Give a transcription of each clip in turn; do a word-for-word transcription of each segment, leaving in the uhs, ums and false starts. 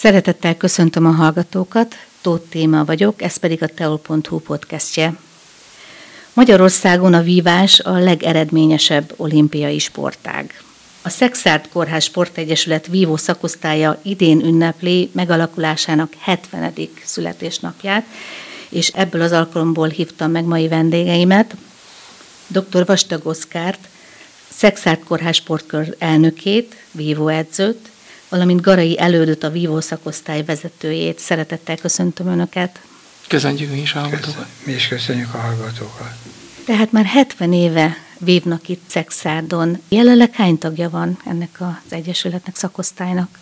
Szeretettel köszöntöm a hallgatókat, Tóth Téma vagyok, ez pedig a teol pont hu podcastje. Magyarországon a vívás a legeredményesebb olimpiai sportág. A Szekszárd Kórház Sportegyesület vívó szakosztálya idén ünnepli megalakulásának hetvenedik születésnapját, és ebből az alkalomból hívtam meg mai vendégeimet, dr. Vastag Oszkárt, Szekszárd Kórház sportkör elnökét, vívóedzőt, valamint Garai Elődöt, a vívó szakosztály vezetőjét. Szeretettel köszöntöm Önöket. Köszönjük mi is a hallgatókat. Köszön, mi is köszönjük a hallgatókat. Tehát már hetven éve vívnak itt Szekszárdon. Jelenleg hány tagja van ennek az egyesületnek, szakosztálynak?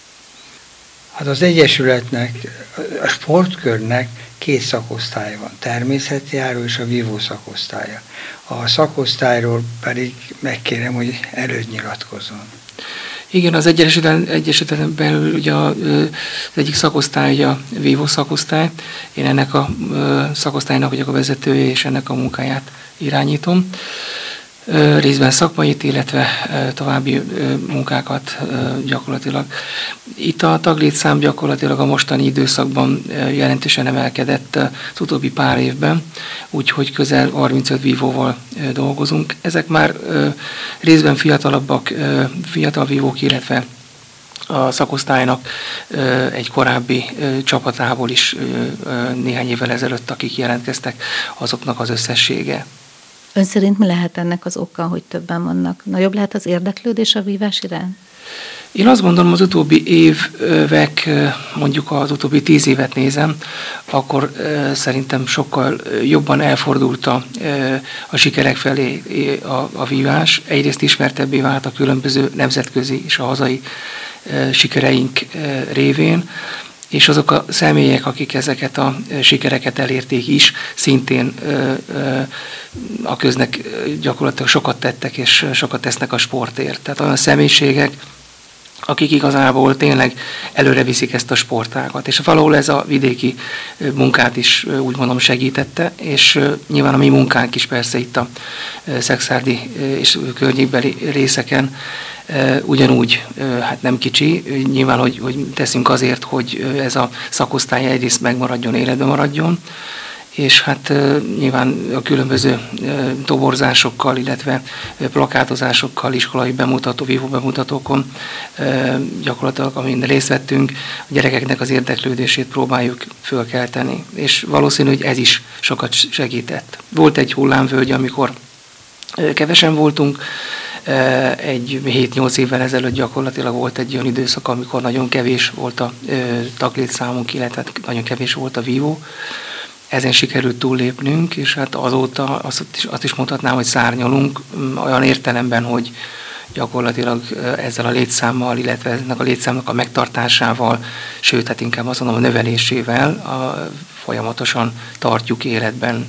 Hát az egyesületnek, a sportkörnek két szakosztálya van. Természetjáró és a vívó szakosztálya. A szakosztályról pedig megkérem, hogy előtt nyilatkozzon. Igen, az Egyesületen, Egyesületen belül ugye az egyik szakosztály a vívó szakosztály. Én ennek a szakosztálynak vagyok a vezetője, és ennek a munkáját irányítom. Részben szakmait, illetve további munkákat gyakorlatilag. Itt a taglétszám gyakorlatilag a mostani időszakban jelentősen emelkedett az utóbbi pár évben, úgyhogy közel harmincöt vívóval dolgozunk. Ezek már részben fiatalabbak, fiatal vívók, illetve a szakosztálynak egy korábbi csapatából is néhány évvel ezelőtt, akik jelentkeztek, azoknak az összessége. Ön szerint mi lehet ennek az oka, hogy többen vannak? Nagyobb lehet az érdeklődés a vívás iránt? Én azt gondolom, az utóbbi évek, mondjuk az utóbbi tíz évet nézem, akkor szerintem sokkal jobban elfordult a, a sikerek felé a, a vívás. Egyrészt ismertebbé vált a különböző nemzetközi és a hazai sikereink révén, és azok a személyek, akik ezeket a sikereket elérték is, szintén a köznek gyakorlatilag sokat tettek, és sokat tesznek a sportért. Tehát olyan személyiségek, akik igazából tényleg előre viszik ezt a sportágat. És valahol ez a vidéki munkát is úgy mondom segítette, és nyilván a mi munkánk is persze itt a szekszárdi és környékbeli részeken ugyanúgy, hát nem kicsi, nyilván, hogy, hogy teszünk azért, hogy ez a szakosztály egyrészt megmaradjon, életben maradjon, és hát nyilván a különböző toborzásokkal, illetve plakátozásokkal, iskolai bemutató, vívó bemutatókon gyakorlatilag, amin részt vettünk, a gyerekeknek az érdeklődését próbáljuk fölkelteni, és valószínű, hogy ez is sokat segített. Volt egy hullámvölgy, amikor kevesen voltunk, egy hét-nyolc évvel ezelőtt gyakorlatilag volt egy olyan időszak, amikor nagyon kevés volt a taglétszámunk, illetve nagyon kevés volt a vívó. Ezen sikerült túllépnünk, és hát azóta azt is, azt is mondhatnám, hogy szárnyalunk olyan értelemben, hogy gyakorlatilag ezzel a létszámmal, illetve ennek a létszámnak a megtartásával, sőt, hát inkább azt mondom, a növelésével a, folyamatosan tartjuk életben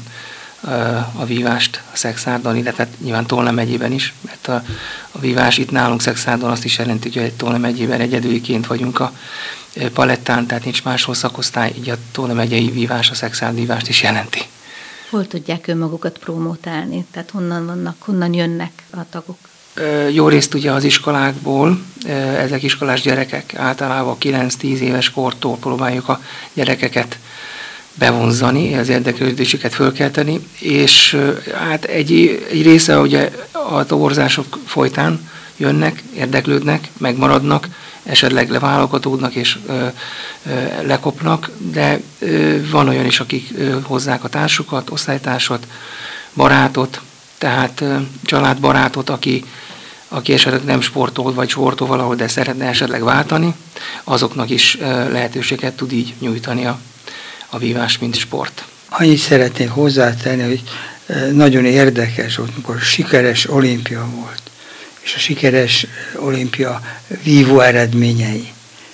a vívást a Szekszárdon, illetve nyilván Tolna megyében is, mert a, a vívás itt nálunk Szekszárdon azt is jelenti, hogy egy Tolna megyében egyedüliként vagyunk a palettán, tehát nincs máshol szakosztály, így a Tolna megyei vívás a Szekszárd vívást is jelenti. Hol tudják önmagukat promotálni? Tehát honnan vannak, honnan jönnek a tagok? Jó részt ugye az iskolákból, ezek iskolás gyerekek, általában kilenc-tíz éves kortól próbáljuk a gyerekeket bevonzani, az érdeklődésüket fölkelteni, és hát egy, egy része ugye a toborzások folytán jönnek, érdeklődnek, megmaradnak, esetleg levállalkozódnak és ö, ö, lekopnak, de ö, van olyan is, akik ö, hozzák a társukat, osztálytársat, barátot, tehát ö, családbarátot, aki, aki esetleg nem sportol, vagy sportol valahol, de szeretne esetleg váltani, azoknak is ö, lehetőséget tud így nyújtani a a vívás, mint sport. Annyit szeretnék hozzátenni, hogy nagyon érdekes volt, amikor sikeres olimpia volt, és a sikeres olimpia vívó eredményei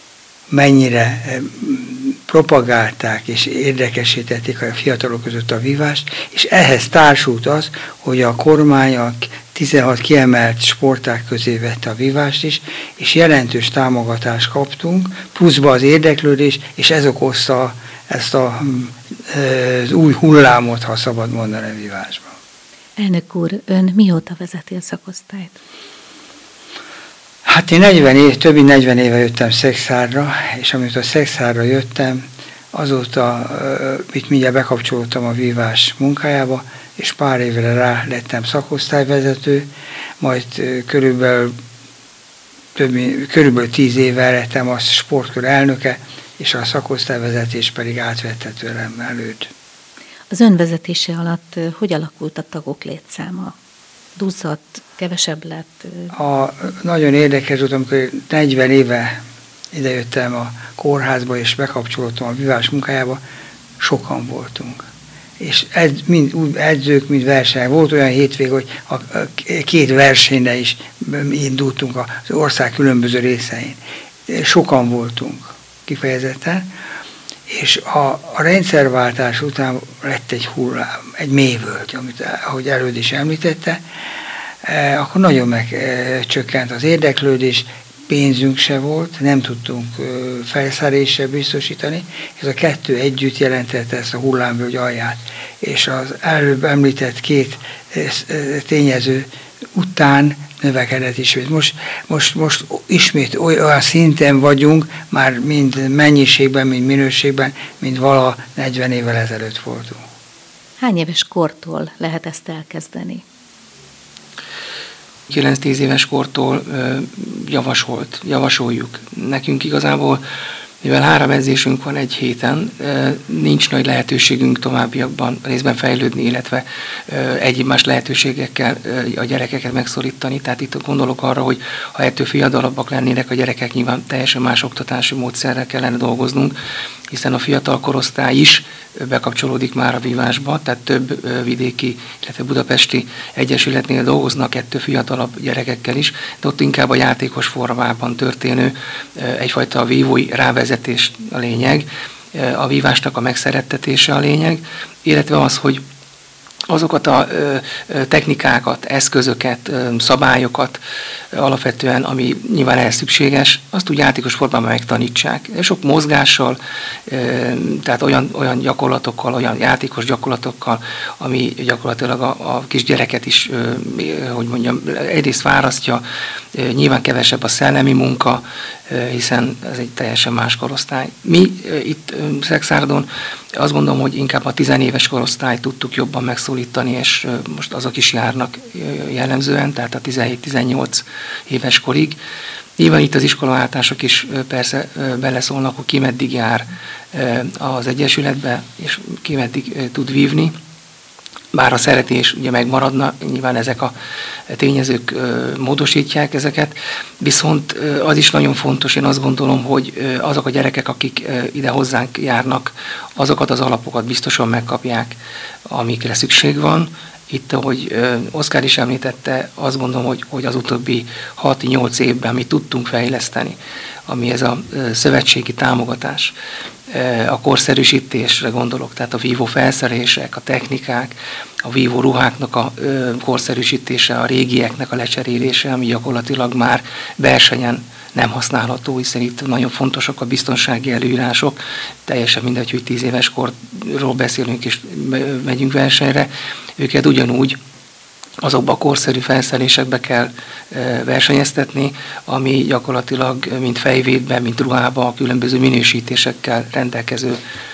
mennyire propagálták és érdekesítették a fiatalok között a vívást, és ehhez társult az, hogy a kormány a tizenhat kiemelt sportág közé vette a vívást is, és jelentős támogatást kaptunk, pluszba az érdeklődés, és ez okozta ezt a, az új hullámot, ha szabad mondani a vívásban. Elnök úr, ön mióta vezeti a szakosztályt? Hát én negyven év, több mint negyven éve jöttem Szexárra, és amikor Szexárra jöttem, azóta itt mindjárt bekapcsolódtam a vívás munkájába, és pár évre rá lettem szakosztályvezető, majd körülbelül, több, körülbelül tíz éve lettem a sportkör elnöke, és a szakosztályvezetés pedig átvette tőlem előtt. Az önvezetése alatt hogy alakult a tagok létszáma? Duzzadt, kevesebb lett? A, nagyon érdekes volt, amikor negyven éve idejöttem a kórházba, és bekapcsolódtam a vívás munkájába, sokan voltunk. És ez, mind úgy edzők, mind versenyek. Volt olyan hétvég, hogy a, a két versenyre is indultunk az ország különböző részein. Sokan voltunk kifejezetten, és a, a rendszerváltás után lett egy hullám, egy mélyvölgy, amit, ahogy előd is említette, eh, akkor nagyon megcsökkent az érdeklődés, pénzünk se volt, nem tudtunk felszerelést se biztosítani, ez a kettő együtt jelentette ezt a hullámvölgy alját, és az előbb említett két tényező után növekedett ismét. Most, most, most ismét olyan szinten vagyunk, már mind mennyiségben, mind minőségben, mint valaha negyven évvel ezelőtt voltunk. Hány éves kortól lehet ezt elkezdeni? kilenc-tíz éves kortól javasolt, javasoljuk. Nekünk igazából, mivel három edzésünk van egy héten, nincs nagy lehetőségünk továbbiakban részben fejlődni, illetve egyéb más lehetőségekkel a gyerekeket megszorítani. Tehát itt gondolok arra, hogy ha ettől fiatalabbak lennének a gyerekek, nyilván teljesen más oktatási módszerrel kellene dolgoznunk, hiszen a fiatal korosztály is bekapcsolódik már a vívásba, tehát több vidéki, illetve budapesti egyesületnél dolgoznak ettől fiatalabb gyerekekkel is, de ott inkább a játékos formában történő egyfajta vívói rávezetés a lényeg, a vívásnak a megszerettetése a lényeg, illetve az, hogy azokat a ö, ö, technikákat, eszközöket, ö, szabályokat ö, alapvetően, ami nyilván ehhez szükséges, azt úgy játékos formában megtanítsák. Sok mozgással, ö, tehát olyan, olyan gyakorlatokkal, olyan játékos gyakorlatokkal, ami gyakorlatilag a, a kisgyereket is, ö, hogy mondjam, egyrészt fárasztja, ö, nyilván kevesebb a szellemi munka, ö, hiszen ez egy teljesen más korosztály. Mi ö, itt ö, Szexárdon azt gondolom, hogy inkább a tizenéves korosztályt tudtuk jobban megszólítani, és most azok is járnak jellemzően, tehát a tizenhét-tizennyolc éves korig. Nyilván itt az iskolaváltások is persze beleszólnak, hogy ki meddig jár az egyesületbe, és ki meddig tud vívni. Bár a szeretés ugye megmaradna, nyilván ezek a tényezők módosítják ezeket, viszont az is nagyon fontos, én azt gondolom, hogy azok a gyerekek, akik ide hozzánk járnak, azokat az alapokat biztosan megkapják, amikre szükség van. Itt, ahogy Oszkár is említette, azt gondolom, hogy, hogy az utóbbi hat-nyolc évben mi tudtunk fejleszteni, ami ez a szövetségi támogatás, a korszerűsítésre gondolok, tehát a vívó felszerelések, a technikák, a vívó ruháknak a korszerűsítése, a régieknek a lecserélése, ami gyakorlatilag már versenyen nem használható, hiszen itt nagyon fontosak a biztonsági előírások, teljesen mindegy, hogy tíz éves korról beszélünk és megyünk versenyre, őket ugyanúgy azokba a korszerű felszerelésekbe kell versenyeztetni, ami gyakorlatilag mint fejvédben, mint ruhába a különböző minősítésekkel rendelkező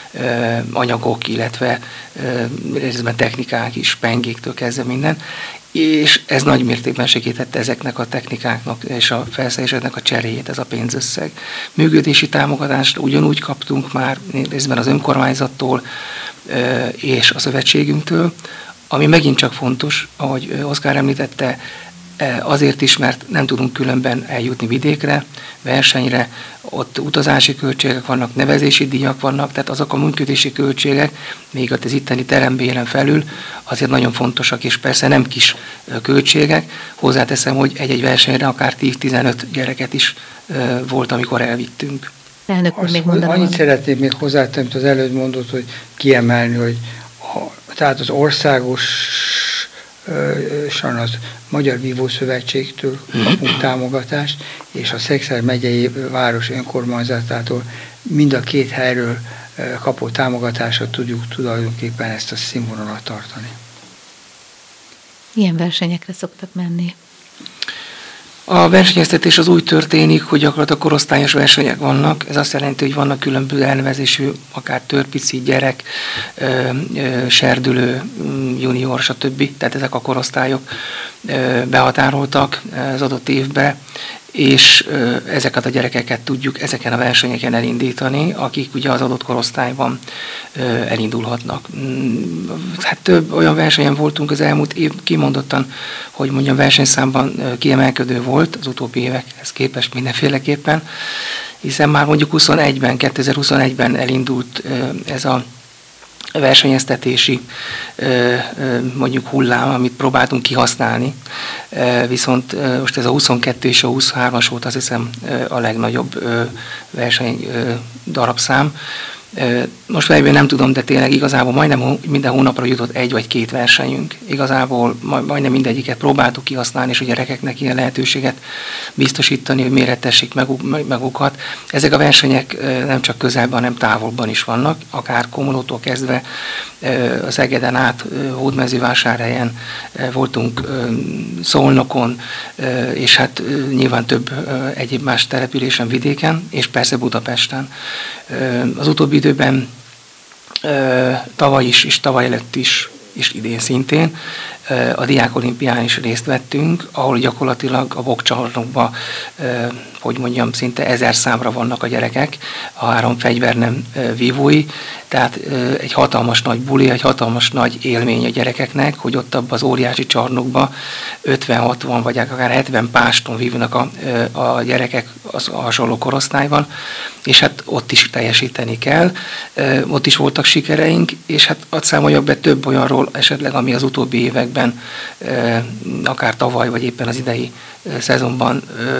anyagok, illetve részben technikák is, pengéktől kezdve minden, és ez nagy mértékben segítette ezeknek a technikáknak és a felszereléseknek a cseréjét, ez a pénzösszeg. Működési támogatást ugyanúgy kaptunk már részben az önkormányzattól és a szövetségünktől, ami megint csak fontos, ahogy Oszkár említette, azért is, mert nem tudunk különben eljutni vidékre, versenyre, ott utazási költségek vannak, nevezési díjak vannak, tehát azok a működési költségek, még az itteni terembéren felül azért nagyon fontosak, és persze nem kis költségek. Hozzáteszem, hogy egy-egy versenyre akár tíz-tizenöt gyereket is volt, amikor elvittünk. Elnök úr, még mondanom. Annyit szeretnék még hozzátenni, amit az előbb mondott, hogy kiemelni, hogy a, tehát az országos az Magyar Vívó Szövetségtől kapunk támogatást, és a Szexárd megyei város önkormányzatától mind a két helyről kapott támogatásra tudjuk tulajdonképpen ezt a színvonalat tartani. Milyen versenyekre szoktak menni? A versenyeztetés az úgy történik, hogy gyakorlatilag korosztályos versenyek vannak. Ez azt jelenti, hogy vannak különböző elnevezésű, akár törpici, gyerek, ö, ö, serdülő, junior, stb. Tehát ezek a korosztályok ö, behatároltak az adott évbe, és ö, ezeket a gyerekeket tudjuk ezeken a versenyeken elindítani, akik ugye az adott korosztályban ö, elindulhatnak. Hát több olyan versenyen voltunk az elmúlt év, kimondottan, hogy mondjam, versenyszámban ö, kiemelkedő volt az utóbbi évekhez képest mindenféleképpen, hiszen már mondjuk huszonegyben, kétezer-huszonegyben elindult ö, ez a versenyeztetési mondjuk hullám, amit próbáltunk kihasználni, viszont most ez a huszonkettő és a huszonhármas volt, azt hiszem, a legnagyobb verseny darabszám. Most fejből nem tudom, de tényleg igazából majdnem minden hónapra jutott egy vagy két versenyünk. Igazából majdnem mindegyiket próbáltuk kihasználni, és a gyerekeknek ilyen lehetőséget biztosítani, hogy méretessék magukat. Ezek a versenyek nem csak közelben, hanem távolban is vannak, akár Komlótól kezdve a Szegeden át, Hódmezővásárhelyen voltunk, Szolnokon, és hát nyilván több egyéb más településen, vidéken, és persze Budapesten. Az utóbbi időben tavaly is, és tavaly előtt is, és idén szintén a Diákolimpián is részt vettünk, ahol gyakorlatilag a boxcsarnokban, hogy mondjam, szinte ezer számra vannak a gyerekek, a három fegyvernem vívói, tehát egy hatalmas nagy buli, egy hatalmas nagy élmény a gyerekeknek, hogy ott abban az óriási csarnokban ötven-hatvan vagy akár hetven páston vívnak a, a gyerekek az a hasonló korosztályban, és hát ott is teljesíteni kell. Ott is voltak sikereink, és hát hadd számoljak be több olyanról esetleg, ami az utóbbi években, akár tavaly, vagy éppen az idei szezonban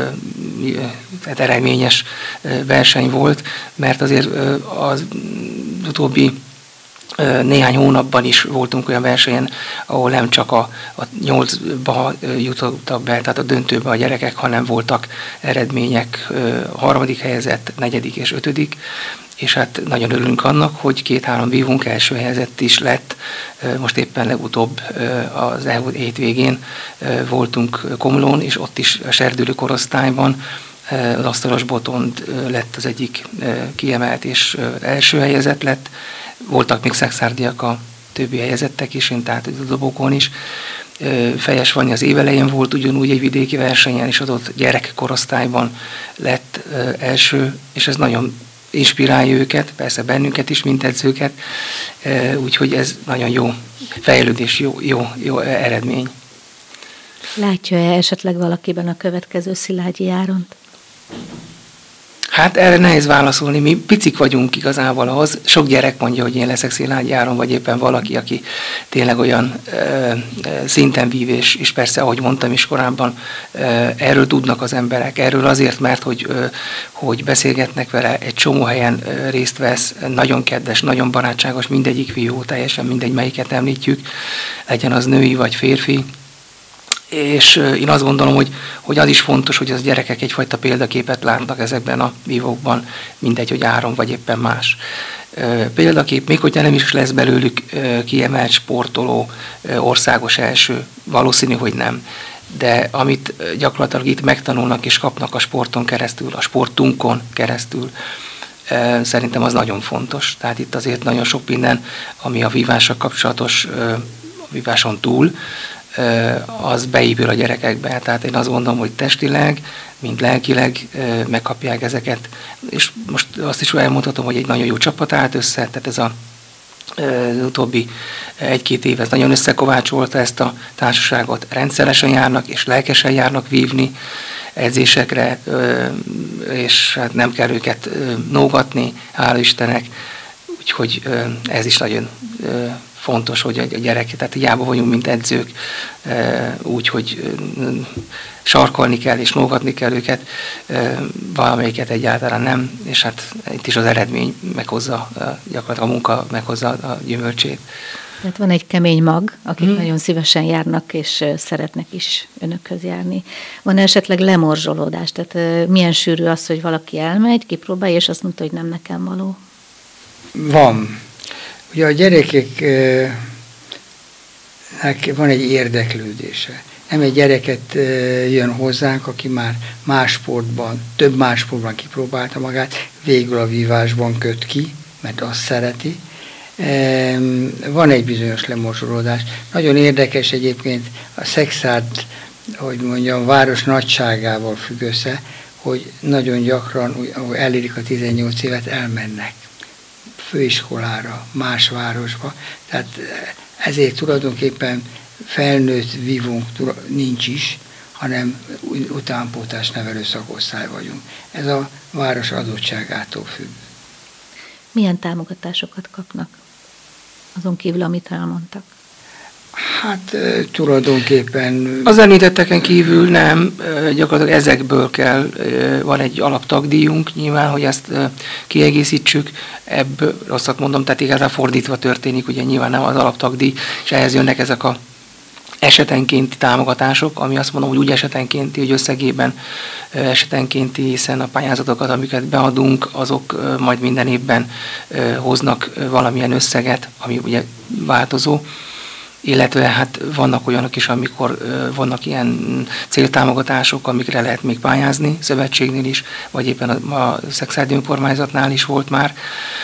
tehát eredményes verseny volt, mert azért az utóbbi néhány hónapban is voltunk olyan versenyen, ahol nem csak a, a nyolcba jutottak be, tehát a döntőbe a gyerekek, hanem voltak eredmények, a harmadik helyezett, negyedik és ötödik, és hát nagyon örülünk annak, hogy két-három vívunk első helyezett is lett. Most éppen legutóbb az elmúlt hétvégén voltunk Komlón, és ott is a serdülő korosztályban az asztalos botond lett az egyik kiemelt, és első helyezett lett. Voltak még szexárdiak a többi helyezettek is, én tehát a dobókon is. Fejes Vanya az évelején volt ugyanúgy egy vidéki versenyen, és adott gyerekkorosztályban lett első, és ez nagyon inspirálja őket, persze bennünket is, mint edzőket, úgyhogy ez nagyon jó fejlődés, jó, jó, jó eredmény. Látja-e esetleg valakiben a következő Szilágyi Áront? Hát erre nehéz válaszolni, mi picik vagyunk igazából ahhoz. Sok gyerek mondja, hogy én leszek Szilágyi Áron, vagy éppen valaki, aki tényleg olyan ö, szinten vív, és, és persze, ahogy mondtam is korábban, ö, erről tudnak az emberek. Erről azért, mert hogy, ö, hogy beszélgetnek vele, egy csomó helyen ö, részt vesz, nagyon kedves, nagyon barátságos, mindegyik fiú, teljesen mindegy, melyiket említjük, legyen az női vagy férfi. És én azt gondolom, hogy, hogy az is fontos, hogy az gyerekek egyfajta példaképet látnak ezekben a vívókban, mindegy, hogy Áron vagy éppen más. Példakép, még hogyha nem is lesz belőlük kiemelt sportoló, országos első, valószínű, hogy nem. De amit gyakorlatilag itt megtanulnak és kapnak a sporton keresztül, a sportunkon keresztül, szerintem az nagyon fontos. Tehát itt azért nagyon sok minden, ami a vívással kapcsolatos, a víváson túl, az beépül a gyerekekbe. Tehát én azt gondolom, hogy testileg, mint lelkileg megkapják ezeket. És most azt is elmondhatom, hogy egy nagyon jó csapat állt össze, tehát ez a az utóbbi egy-két év ez nagyon összekovácsolta ezt a társaságot. Rendszeresen járnak és lelkesen járnak vívni edzésekre, és hát nem kell őket nógatni, hála Istennek. Úgyhogy ez is nagyon fontos, hogy a gyerek, tehát hiába vagyunk, mint edzők, úgy, hogy sarkolni kell és nógatni kell őket, valamelyiket egyáltalán nem, és hát itt is az eredmény meghozza, gyakorlatilag a munka meghozza a gyümölcsét. Tehát van egy kemény mag, akik hmm. nagyon szívesen járnak, és szeretnek is önökhöz járni. Van esetleg lemorzsolódás? Tehát milyen sűrű az, hogy valaki elmegy, kipróbálja, és azt mondta, hogy nem nekem való? Van. Ugye a gyerekek van egy érdeklődése. Nem egy gyereket jön hozzánk, aki már más sportban, több más sportban kipróbálta magát, végül a vívásban köt ki, mert azt szereti. Van egy bizonyos lemorzsolódás. Nagyon érdekes egyébként a Szekszárd, hogy mondjam, város nagyságával függ össze, hogy nagyon gyakran, ahogy elérik a tizennyolc évet, elmennek főiskolára, más városba. Tehát ezért tulajdonképpen felnőtt vívónk nincs is, hanem utánpótlás nevelő szakosztály vagyunk. Ez a város adottságától függ. Milyen támogatásokat kapnak? Azon kívül, amit elmondtak. Hát tulajdonképpen... Az említetteken kívül nem, gyakorlatilag ezekből kell, van egy alaptagdíjunk nyilván, hogy ezt kiegészítsük, ebből rosszat mondom, tehát igazán fordítva történik, ugye nyilván nem az alaptagdíj, és ehhez jönnek ezek a esetenkénti támogatások, ami azt mondom, hogy úgy esetenkénti, hogy összegében esetenkénti, hiszen a pályázatokat, amiket beadunk, azok majd minden évben hoznak valamilyen összeget, ami ugye változó, illetve hát vannak olyanok is, amikor vannak ilyen céltámogatások, amikre lehet még pályázni, szövetségnél is, vagy éppen a, a Szekszárdi önkormányzatnál is volt már.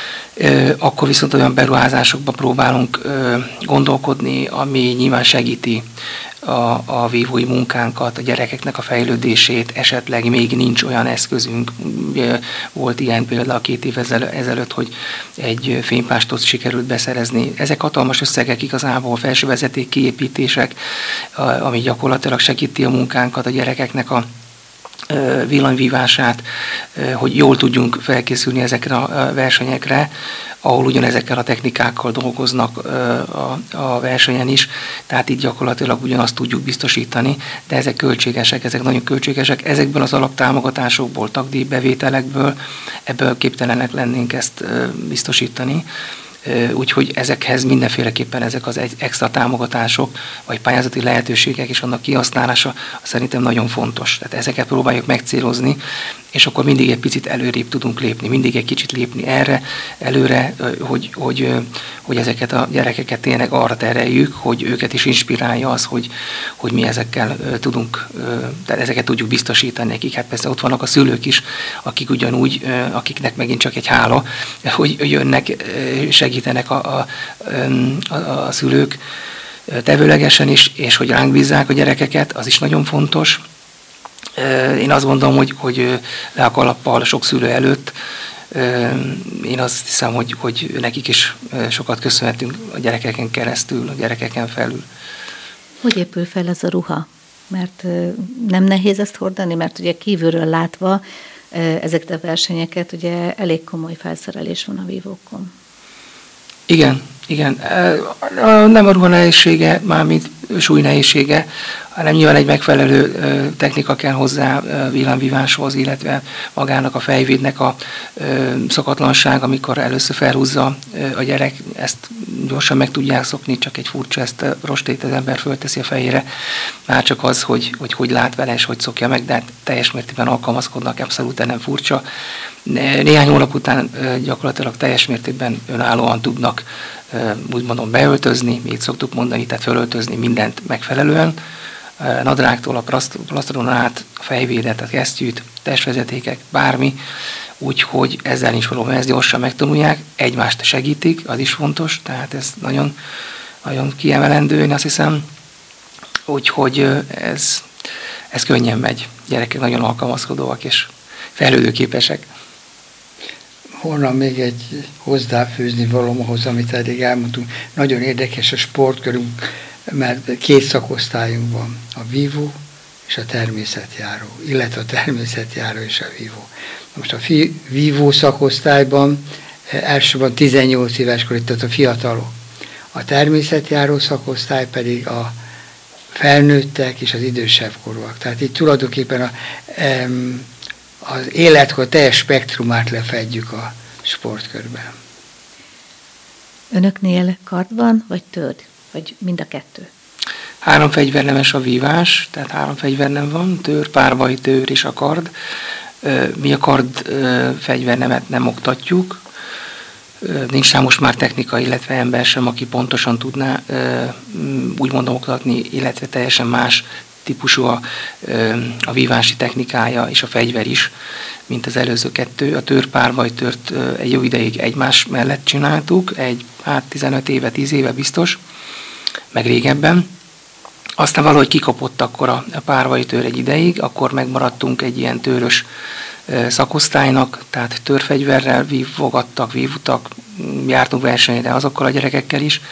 Akkor viszont olyan beruházásokba próbálunk gondolkodni, ami nyilván segíti a, a vívói munkánkat, a gyerekeknek a fejlődését, esetleg még nincs olyan eszközünk. Volt ilyen például két év ezelőtt, hogy egy fénypástot sikerült beszerezni. Ezek hatalmas összegek igazából, felsővezeték kiépítések, ami gyakorlatilag segíti a munkánkat, a gyerekeknek a villanyvívását, hogy jól tudjunk felkészülni ezekre a versenyekre, ahol ugyanezekkel a technikákkal dolgoznak a, a versenyen is, tehát itt gyakorlatilag ugyanazt tudjuk biztosítani, de ezek költségesek, ezek nagyon költségesek, ezekből az alaptámogatásokból, tagdíjbevételekből ebből képtelenek lennénk ezt biztosítani. Úgyhogy ezekhez mindenféleképpen ezek az extra támogatások, vagy pályázati lehetőségek és annak kihasználása szerintem nagyon fontos. Tehát ezeket próbáljuk megcélozni, és akkor mindig egy picit előrébb tudunk lépni, mindig egy kicsit lépni erre, előre, hogy, hogy, hogy ezeket a gyerekeket tényleg arra tereljük, hogy őket is inspirálja az, hogy, hogy mi ezekkel tudunk, tehát ezeket tudjuk biztosítani nekik. Hát persze ott vannak a szülők is, akik ugyanúgy, akiknek megint csak egy hála, hogy jönnek, segítenek a, a, a, a szülők tevőlegesen is, és hogy ránk bízzák a gyerekeket, az is nagyon fontos. Én azt gondolom, hogy, hogy le a kalappal sok szülő előtt, én azt hiszem, hogy, hogy nekik is sokat köszönhetünk a gyerekeken keresztül, a gyerekeken felül. Hogy épül fel ez a ruha? Mert nem nehéz ezt hordani, mert ugye kívülről látva ezeket a versenyeket, ugye elég komoly felszerelés van a vívókon. Igen, igen. Nem a ruha nehézsége, mármint súly nehézsége, hanem nyilván egy megfelelő technika kell hozzá villanvíváshoz, illetve magának a fejvédnek a szokatlanság, amikor először felhúzza a gyerek, ezt gyorsan meg tudják szokni, csak egy furcsa, ezt a rostét az ember fölteszi a fejére. Már csak az, hogy hogy, hogy lát vele, és hogy szokja meg, de teljes mértékben alkalmazkodnak, abszolút nem furcsa. Néhány hónap után gyakorlatilag teljes mértékben önállóan tudnak, úgy mondom, beöltözni, így szoktuk mondani, tehát fölöltözni mindent megfelelően, nadrágtól a plastron át, a fejvédet, a kesztyűt, testvezetékek, bármi, úgyhogy ezzel nincs probléma, ezt gyorsan megtanulják, egymást segítik, az is fontos, tehát ez nagyon, nagyon kiemelendő, én azt hiszem, úgyhogy ez, ez könnyen megy. Gyerekek nagyon alkalmazkodóak és fejlődőképesek. Holnap még egy hozzáfűzni valóhoz, amit eddig elmondtunk. Nagyon érdekes a sportkörünk, mert két szakosztályunk van, a vívó és a természetjáró, illetve a természetjáró és a vívó. Most a fi, vívó szakosztályban elsősorban tizennyolc éveskor, tehát a fiatalok. A természetjáró szakosztály pedig a felnőttek és az idősebb korúak. Tehát itt tulajdonképpen a, az életkor teljes spektrumát lefedjük a sportkörben. Önöknél kard van, vagy tőd? Vagy mind a kettő? Három fegyvernemes a vívás, tehát három fegyvernem van, tőr, párbaj, tőr és a kard. Mi a kard fegyvernemet nem oktatjuk, nincs számos már technika, illetve ember sem, aki pontosan tudná úgy mondom oktatni, illetve teljesen más típusú a, a vívási technikája és a fegyver is, mint az előző kettő. A tőr-párbajtőrt egy jó ideig egymás mellett csináltuk, egy hát tizenöt éve, tíz éve biztos, meg régebben. Aztán valahogy kikapott akkor a párbajtőr egy ideig, akkor megmaradtunk egy ilyen tőrös szakosztálynak, tehát törfegyverrel vívogattak, vívutak, jártunk versenyre azokkal a gyerekekkel is,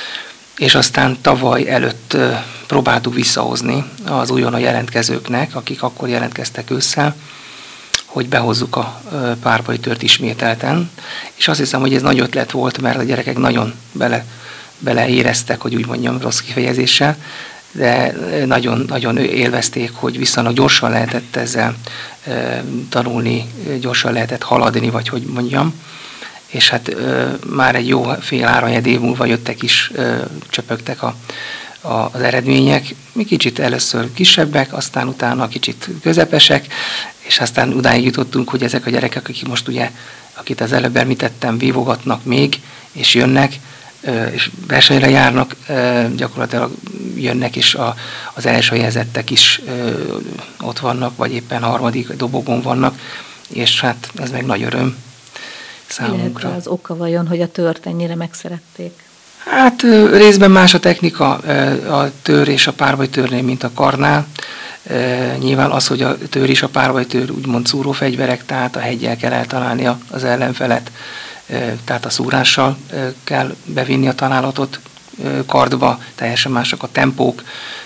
és aztán tavaly előtt próbáltuk visszahozni az újonnan jelentkezőknek, akik akkor jelentkeztek ősszel, hogy behozzuk a párbajtőrt ismételten, és azt hiszem, hogy ez nagy ötlet volt, mert a gyerekek nagyon bele, beleéreztek, hogy úgy mondjam rossz kifejezéssel, de nagyon, nagyon élvezték, hogy viszonylag gyorsan lehetett ezzel e, tanulni, gyorsan lehetett haladni, vagy hogy mondjam. És hát e, már egy jó fél áranyed év múlva jöttek is, e, csöpögtek a, a, az eredmények. Mi kicsit először kisebbek, aztán utána kicsit közepesek, és aztán udáig jutottunk, hogy ezek a gyerekek, akik most ugye, akit az előbb említettem, vívogatnak még, és jönnek, és versenyre járnak, gyakorlatilag jönnek, és a, az első helyezettek is ott vannak, vagy éppen harmadik dobogon vannak, és hát ez meg nagy öröm számunkra. Mi lehet az oka vajon, hogy a tört ennyire megszerették? Hát részben más a technika a tőr és a párbajtőrnél, mint a karnál. Nyilván az, hogy a tőr és a párbajtőr úgymond szúrófegyverek, tehát a heggyel kell eltalálni az ellenfelet, tehát a szúrással kell bevinni a találatot kardba, teljesen mások a tempók,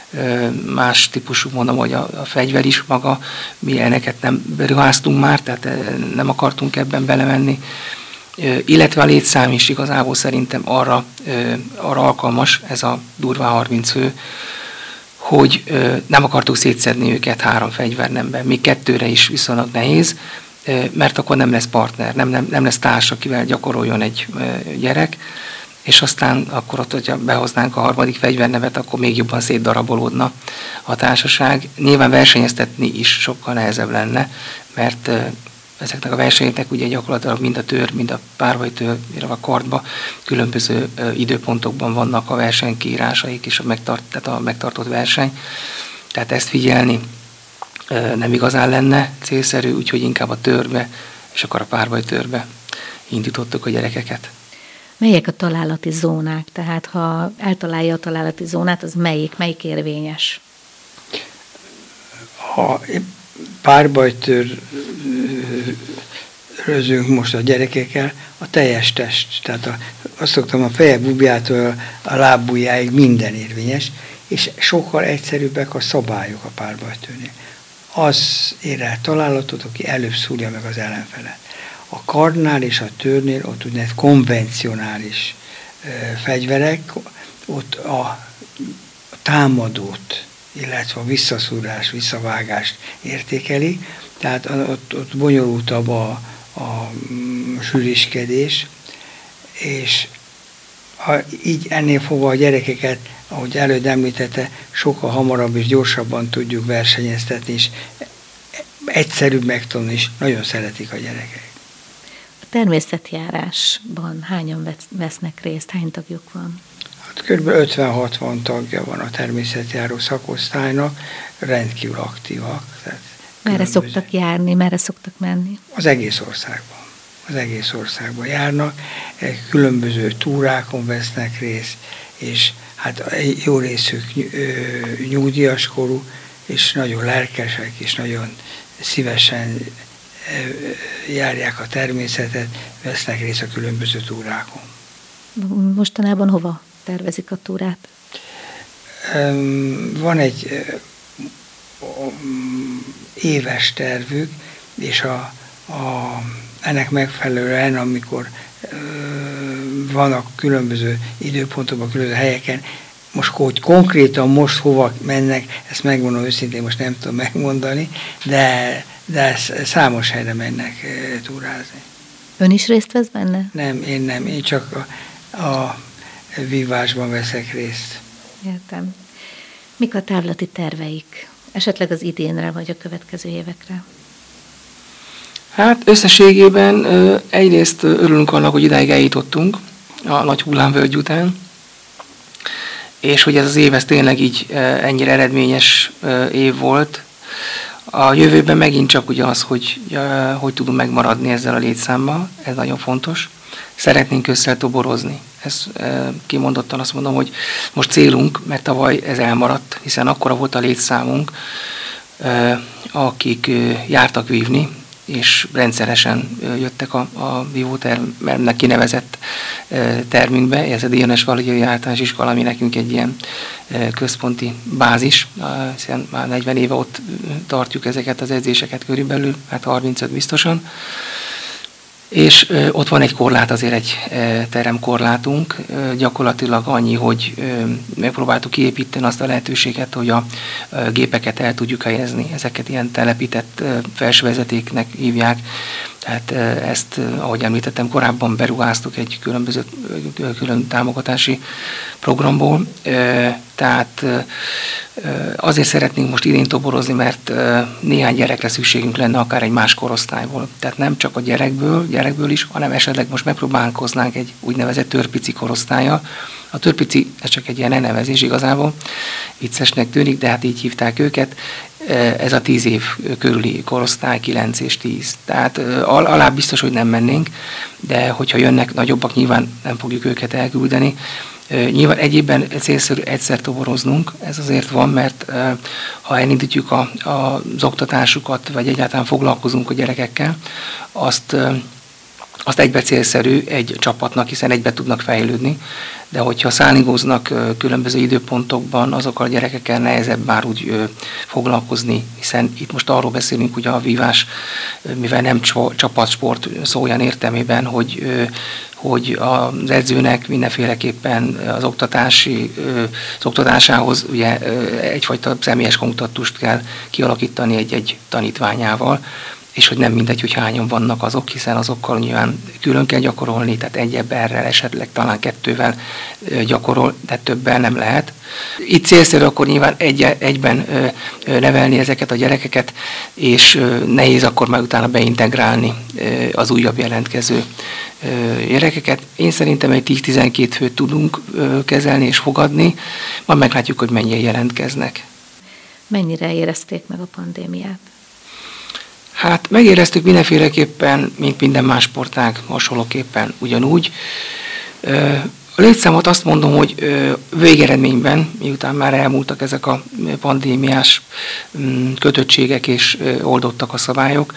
más típusú, mondom, hogy a, a fegyver is maga, mi ilyeneket nem beruháztunk már, tehát nem akartunk ebben belemenni, illetve a létszám is igazából szerintem arra, arra alkalmas, ez a durván harminc fő, hogy nem akartuk szétszedni őket három fegyvernemben, még kettőre is viszonylag nehéz, mert akkor nem lesz partner, nem, nem, nem lesz társ, akivel gyakoroljon egy gyerek, és aztán akkor ott, hogyha behoznánk a harmadik fegyvernevet, akkor még jobban szétdarabolódna a társaság. Nyilván versenyeztetni is sokkal nehezebb lenne, mert ezeknek a versenyeknek ugye gyakorlatilag mind a tőr, mind a párbajtőr, a kardba különböző időpontokban vannak a versenykiírásaik és a, megtart, tehát a megtartott verseny. Tehát ezt figyelni nem igazán lenne célszerű, úgyhogy inkább a tőrbe, és akkor a párbajtőrbe indítottuk a gyerekeket. Melyek a találati zónák? Tehát ha eltalálja a találati zónát, az melyik, melyik érvényes? Ha párbajtőr rözünk most a gyerekekkel, a teljes test, tehát a, azt szoktam, a feje bubjától a lábbujjáig minden érvényes, és sokkal egyszerűbbek a szabályok a párbajtőrnél. Az ér el találatot, aki előbb szúrja meg az ellenfelet. A kardnál és a tőrnél ott úgynevezett konvencionális e, fegyverek, ott a, a támadót, illetve a visszaszúrás, visszavágást értékeli, tehát ott, ott bonyolultabb a, a sűrűskedés, és ha így ennél fogva a gyerekeket, ahogy előbb említette, sokkal hamarabb és gyorsabban tudjuk versenyeztetni, és egyszerűbb megtanulni, és nagyon szeretik a gyerekek. A természetjárásban hányan vesznek részt, hány tagjuk van? Hát kb. ötven-hatvan tagja van a természetjáró szakosztálynak, rendkívül aktívak. Tehát merre szoktak járni, merre szoktak menni? Az egész országban. Az egész országban járnak, különböző túrákon vesznek részt, és hát jó részük nyugdíjas korú, és nagyon lelkesek, és nagyon szívesen járják a természetet, vesznek részt a különböző túrákon. Mostanában hova tervezik a túrát? Van egy éves tervük, és a, a, ennek megfelelően, amikor vannak különböző időpontokban, különböző helyeken, most hogy konkrétan most hova mennek, ezt megmondom őszintén, most nem tudom megmondani, de, de számos helyre mennek túrázni. Ön is részt vesz benne? Nem, én nem, én csak a, a vívásban veszek részt. Értem. Mik a távlati terveik? Esetleg az idénre, vagy a következő évekre? Hát összességében egyrészt örülünk annak, hogy idáig eljutottunk a nagy hullámvölgy után, és hogy ez az év ez tényleg így ennyire eredményes év volt. A jövőben megint csak ugye az, hogy hogy tudunk megmaradni ezzel a létszámmal, ez nagyon fontos. Szeretnénk ősszel toborozni. Ez kimondottan azt mondom, hogy most célunk, mert tavaly ez elmaradt, hiszen akkora volt a létszámunk, akik jártak vívni, és rendszeresen jöttek a, a vívótermnek kinevezett termünkbe. Ez a Dénes Valiai Általános Iskola, ami nekünk egy ilyen központi bázis, hiszen már negyven éve ott tartjuk ezeket az edzéseket körülbelül, hát harmincöt biztosan. És ott van egy korlát, azért egy teremkorlátunk, gyakorlatilag annyi, hogy megpróbáltuk kiépíteni azt a lehetőséget, hogy a gépeket el tudjuk helyezni. Ezeket ilyen telepített felsővezetéknek hívják. Tehát ezt, ahogy említettem, korábban beruháztuk egy különböző külön támogatási programból. Tehát azért szeretnénk most idén toborozni, mert néhány gyerekre szükségünk lenne, akár egy más korosztályból. Tehát nem csak a gyerekből, gyerekből is, hanem esetleg most megpróbálkoznánk egy úgynevezett törpici korosztállyal. A törpici, ez csak egy ilyen elnevezés igazából, viccesnek tűnik, de hát így hívták őket. Ez a tíz év körüli korosztály, kilenc és tíz. Tehát alá biztos, hogy nem mennénk, de hogyha jönnek nagyobbak, nyilván nem fogjuk őket elküldeni. Nyilván egyébben célszerű egyszer toboroznunk, ez azért van, mert ha elindítjuk a, a, az oktatásukat, vagy egyáltalán foglalkozunk a gyerekekkel, azt, azt egybe célszerű egy csapatnak, hiszen egybe tudnak fejlődni, de hogyha szállingóznak különböző időpontokban, azokkal a gyerekekkel nehezebb már úgy foglalkozni, hiszen itt most arról beszélünk, hogy a vívás, mivel nem csapatsport szó olyan értelmében, hogy hogy az edzőnek mindenféleképpen az, oktatási, az oktatásához ugye egyfajta személyes kontaktust kell kialakítani egy-egy tanítványával, és hogy nem mindegy, hogy hányan vannak azok, hiszen azokkal nyilván külön kell gyakorolni, tehát egy emberrel, esetleg talán kettővel gyakorol, de többen nem lehet. Itt célszerű akkor nyilván egy, egyben nevelni ezeket a gyerekeket, és nehéz akkor már utána beintegrálni az újabb jelentkező gyerekeket. Én szerintem egy tíz-tizenkét főt tudunk kezelni és fogadni, majd meglátjuk, hogy mennyien jelentkeznek. Mennyire érezték meg a pandémiát? Hát megéreztük mindenféleképpen, mint minden más sportág, hasonlóképpen ugyanúgy. A létszámot azt mondom, hogy végeredményben, miután már elmúltak ezek a pandémiás kötöttségek és oldottak a szabályok,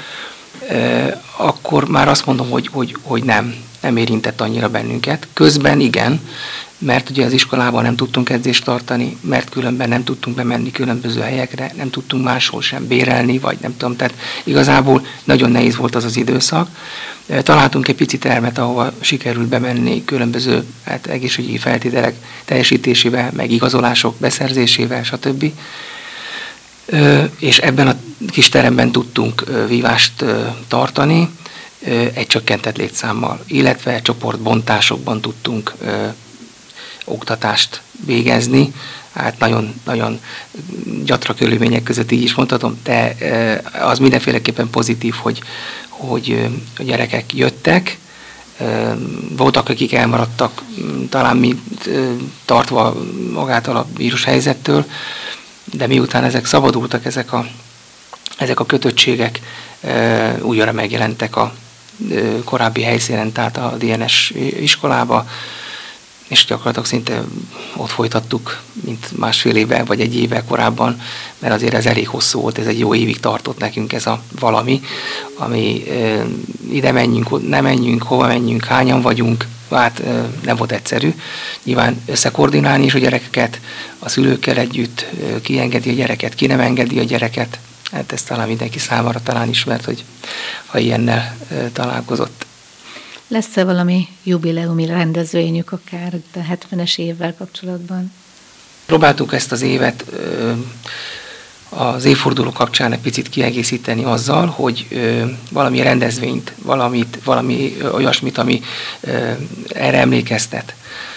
akkor már azt mondom, hogy, hogy, hogy nem, nem érintett annyira bennünket. Közben igen, mert ugye az iskolában nem tudtunk edzést tartani, mert különben nem tudtunk bemenni különböző helyekre, nem tudtunk máshol sem bérelni, vagy nem tudom, tehát igazából nagyon nehéz volt az az időszak. Találtunk egy pici termet, ahova sikerült bemenni különböző hát, egészségügyi feltételek teljesítésével, meg igazolások beszerzésével, stb. És ebben a kis teremben tudtunk vívást tartani, egy csökkentett létszámmal, illetve csoportbontásokban tudtunk oktatást végezni, hát nagyon, nagyon gyatra körülmények között így is mondhatom, de az mindenféleképpen pozitív, hogy, hogy a gyerekek jöttek, voltak, akik elmaradtak, talán mi tartva magától a vírus helyzettől, de miután ezek szabadultak, ezek a, ezek a kötöttségek újra megjelentek a korábbi helyszínen, tehát a dé en es iskolába, és gyakorlatilag szinte ott folytattuk, mint másfél évvel vagy egy évvel korábban, mert azért ez elég hosszú volt, ez egy jó évig tartott nekünk ez a valami, ami e, ide menjünk, nem menjünk, hova menjünk, hányan vagyunk, hát e, nem volt egyszerű. Nyilván összekoordinálni is a gyerekeket, a szülőkkel együtt, e, ki engedi a gyereket, ki nem engedi a gyereket, hát ez talán mindenki számára talán ismert, hogy ha ilyennel e, találkozott. Lesz-e valami jubileumi rendezvényük akár a hetvenes évvel kapcsolatban? Próbáltuk ezt az évet az évforduló kapcsán egy picit kiegészíteni azzal, hogy valami rendezvényt, valamit, valami olyasmit, ami erre emlékeztet.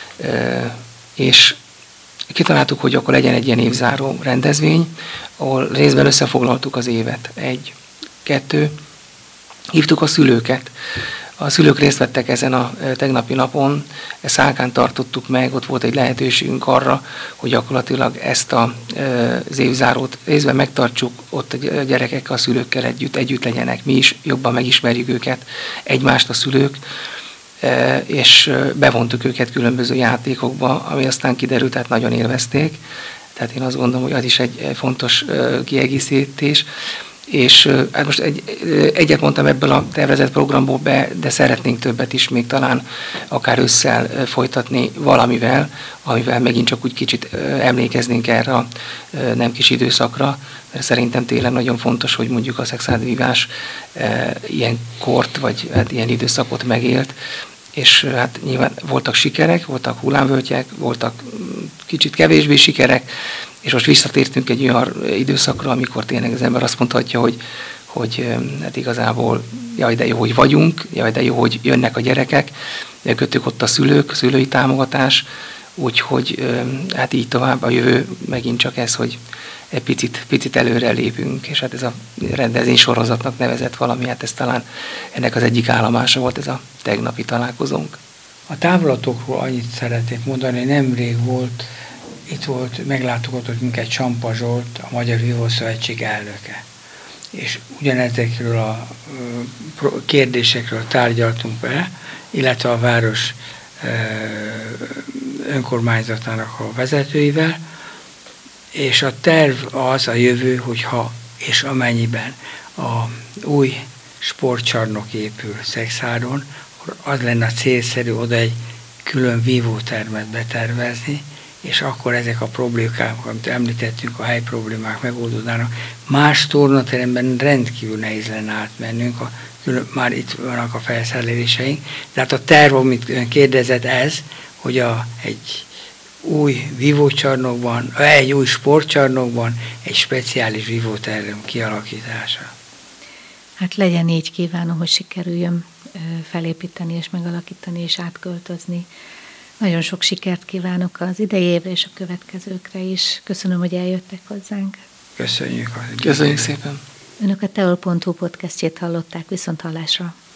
És kitaláltuk, hogy akkor legyen egy ilyen évzáró rendezvény, ahol részben összefoglaltuk az évet. Egy, kettő, hívtuk a szülőket. A szülők részt vettek ezen a tegnapi napon, ezt Szálkán tartottuk meg, ott volt egy lehetőségünk arra, hogy gyakorlatilag ezt a, az évzárót részben megtartsuk, ott a gyerekekkel, a szülőkkel együtt, együtt legyenek, mi is jobban megismerjük őket, egymást a szülők, és bevontuk őket különböző játékokba, ami aztán kiderült, tehát nagyon élvezték. Tehát én azt gondolom, hogy az is egy fontos kiegészítés. És hát most egy, egyet mondtam ebből a tervezett programból be, de szeretnénk többet is még talán akár ősszel folytatni valamivel, amivel megint csak úgy kicsit emlékeznénk erre a nem kis időszakra, mert szerintem tényleg nagyon fontos, hogy mondjuk a szexuálvívás ilyen kort, vagy hát ilyen időszakot megélt, és hát nyilván voltak sikerek, voltak hullámvölgyek, voltak kicsit kevésbé sikerek, és most visszatértünk egy olyan időszakra, amikor tényleg az ember azt mondhatja, hogy, hogy hát igazából jaj, de jó, hogy vagyunk, jaj, de jó, hogy jönnek a gyerekek, kötük ott a szülők, a szülői támogatás, úgyhogy hát így tovább a jövő megint csak ez, hogy egy picit, picit előre lépünk, és hát ez a rendezvény sorozatnak nevezett valami, hát ez talán ennek az egyik állomása volt ez a tegnapi találkozónk. A távlatokról annyit szeretnék mondani, nemrég volt, itt volt, meglátogatott minket Csampa Zsolt, a Magyar Vívó Szövetség elnöke. És ugyanezekről a kérdésekről tárgyaltunk vele, illetve a város önkormányzatának a vezetőivel, és a terv az a jövő, hogyha és amennyiben a új sportcsarnok épül Szexádon, akkor az lenne a célszerű oda egy külön vívótermet betervezni, és akkor ezek a problémák, amit említettünk, a hely problémák megoldódnának. Más tornateremben rendkívül nehéz lenne átmennünk, a, külön, már itt vannak a felszereléseink. Tehát a terv, amit ön kérdezett, ez, hogy a, egy új vívócsarnokban, egy új sportcsarnokban egy speciális vívóterem kialakítása. Hát legyen így, kívánom, hogy sikerüljön felépíteni és megalakítani és átköltözni. Nagyon sok sikert kívánok az idei évre és a következőkre is. Köszönöm, hogy eljöttek hozzánk. Köszönjük. Köszönjük szépen. Önök a teol pont hu podcastjét hallották, viszont hallásra.